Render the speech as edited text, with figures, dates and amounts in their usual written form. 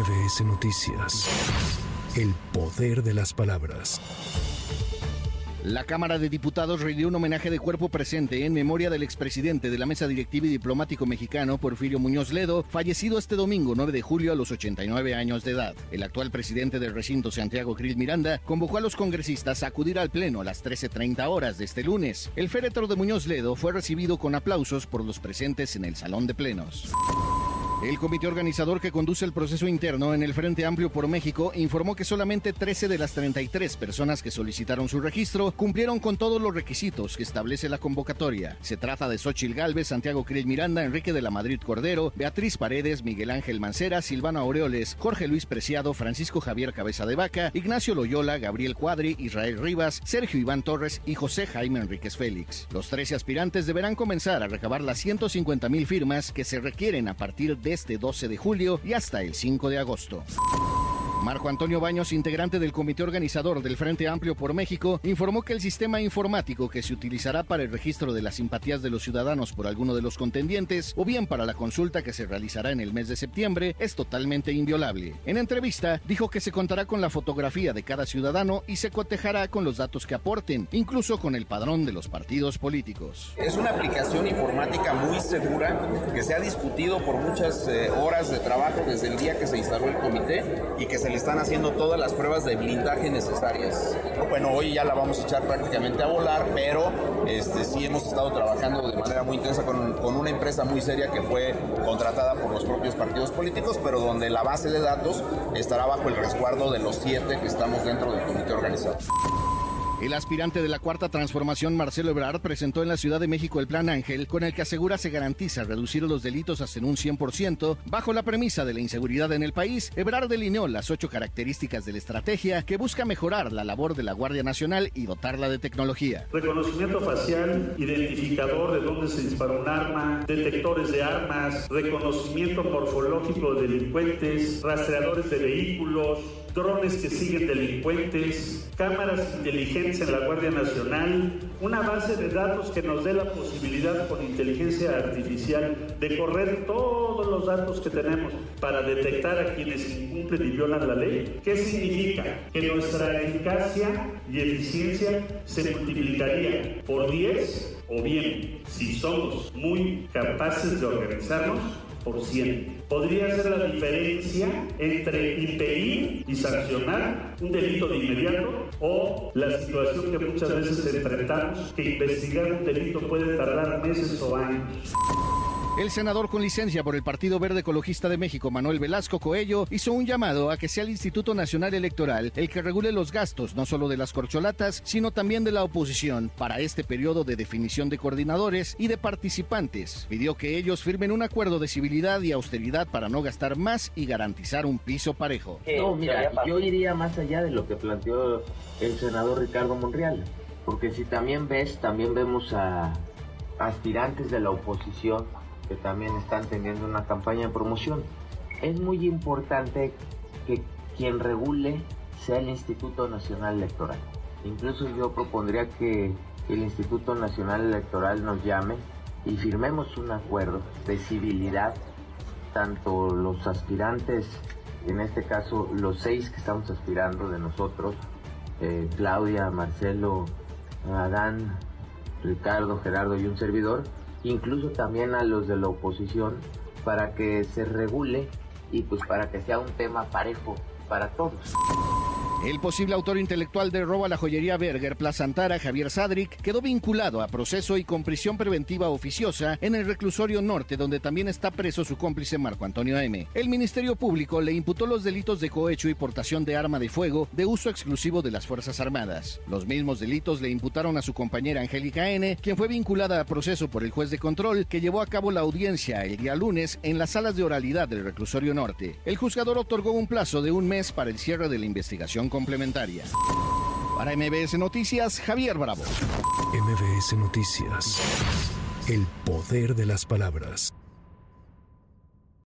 MBS Noticias. El poder de las palabras. La Cámara de Diputados rindió un homenaje de cuerpo presente en memoria del expresidente de la Mesa Directiva y Diplomático Mexicano, Porfirio Muñoz Ledo, fallecido este domingo 9 de julio a los 89 años de edad. El actual presidente del recinto, Santiago Krill Miranda, convocó a los congresistas a acudir al Pleno a las 13:30 horas de este lunes. El féretro de Muñoz Ledo fue recibido con aplausos por los presentes en el Salón de Plenos. El comité organizador que conduce el proceso interno en el Frente Amplio por México informó que solamente 13 de las 33 personas que solicitaron su registro cumplieron con todos los requisitos que establece la convocatoria. Se trata de Xóchitl Gálvez, Santiago Krill Miranda, Enrique de la Madrid Cordero, Beatriz Paredes, Miguel Ángel Mancera, Silvano Aureoles, Jorge Luis Preciado, Francisco Javier Cabeza de Vaca, Ignacio Loyola, Gabriel Cuadri, Israel Rivas, Sergio Iván Torres y José Jaime Enríquez Félix. Los 13 aspirantes deberán comenzar a recabar las 150,000 firmas que se requieren a partir de este 12 de julio y hasta el 5 de agosto. Marco Antonio Baños, integrante del comité organizador del Frente Amplio por México, informó que el sistema informático que se utilizará para el registro de las simpatías de los ciudadanos por alguno de los contendientes o bien para la consulta que se realizará en el mes de septiembre es totalmente inviolable. En entrevista, dijo que se contará con la fotografía de cada ciudadano y se cotejará con los datos que aporten, incluso con el padrón de los partidos políticos. Es una aplicación informática muy segura que se ha discutido por muchas horas de trabajo desde el día que se instaló el comité y que se le están haciendo todas las pruebas de blindaje necesarias. Bueno, hoy ya la vamos a echar prácticamente a volar, pero sí hemos estado trabajando de manera muy intensa con una empresa muy seria que fue contratada por los propios partidos políticos, pero donde la base de datos estará bajo el resguardo de los 7 que estamos dentro del comité organizador. El aspirante de la Cuarta Transformación, Marcelo Ebrard, presentó en la Ciudad de México el Plan Ángel, con el que asegura se garantiza reducir los delitos hasta en un 100%. Bajo la premisa de la inseguridad en el país, Ebrard delineó las 8 características de la estrategia que busca mejorar la labor de la Guardia Nacional y dotarla de tecnología. Reconocimiento facial, identificador de dónde se disparó un arma, detectores de armas, reconocimiento morfológico de delincuentes, rastreadores de vehículos, drones que siguen delincuentes, cámaras inteligentes en la Guardia Nacional, una base de datos que nos dé la posibilidad con inteligencia artificial de correr todos los datos que tenemos para detectar a quienes incumplen y violan la ley. ¿Qué significa? Que nuestra eficacia y eficiencia se multiplicaría por 10 o bien, si somos muy capaces de organizarnos, por 100. Podría ser la diferencia entre impedir y sancionar un delito de inmediato o la situación que muchas veces enfrentamos, que investigar un delito puede tardar meses o años. El senador con licencia por el Partido Verde Ecologista de México, Manuel Velasco Coello, hizo un llamado a que sea el Instituto Nacional Electoral el que regule los gastos no solo de las corcholatas, sino también de la oposición para este periodo de definición de coordinadores y de participantes. Pidió que ellos firmen un acuerdo de civilidad y austeridad para no gastar más y garantizar un piso parejo. No, mira, yo iría más allá de lo que planteó el senador Ricardo Monreal, porque si también vemos a aspirantes de la oposición que también están teniendo una campaña de promoción. Es muy importante que quien regule sea el Instituto Nacional Electoral. Incluso yo propondría que el Instituto Nacional Electoral nos llame y firmemos un acuerdo de civilidad, tanto los aspirantes, en este caso los 6 que estamos aspirando de nosotros, Claudia, Marcelo, Adán, Ricardo, Gerardo y un servidor, incluso también a los de la oposición, para que se regule y pues para que sea un tema parejo para todos. El posible autor intelectual del robo a la joyería Berger Plaza Antara, Javier Sadric, quedó vinculado a proceso y con prisión preventiva oficiosa en el reclusorio norte, donde también está preso su cómplice Marco Antonio M. El Ministerio Público le imputó los delitos de cohecho y portación de arma de fuego de uso exclusivo de las Fuerzas Armadas. Los mismos delitos le imputaron a su compañera Angélica N., quien fue vinculada a proceso por el juez de control que llevó a cabo la audiencia el día lunes en las salas de oralidad del reclusorio norte. El juzgador otorgó un plazo de un mes para el cierre de la investigación complementaria. Para MBS Noticias, Javier Bravo. MBS Noticias. El poder de las palabras.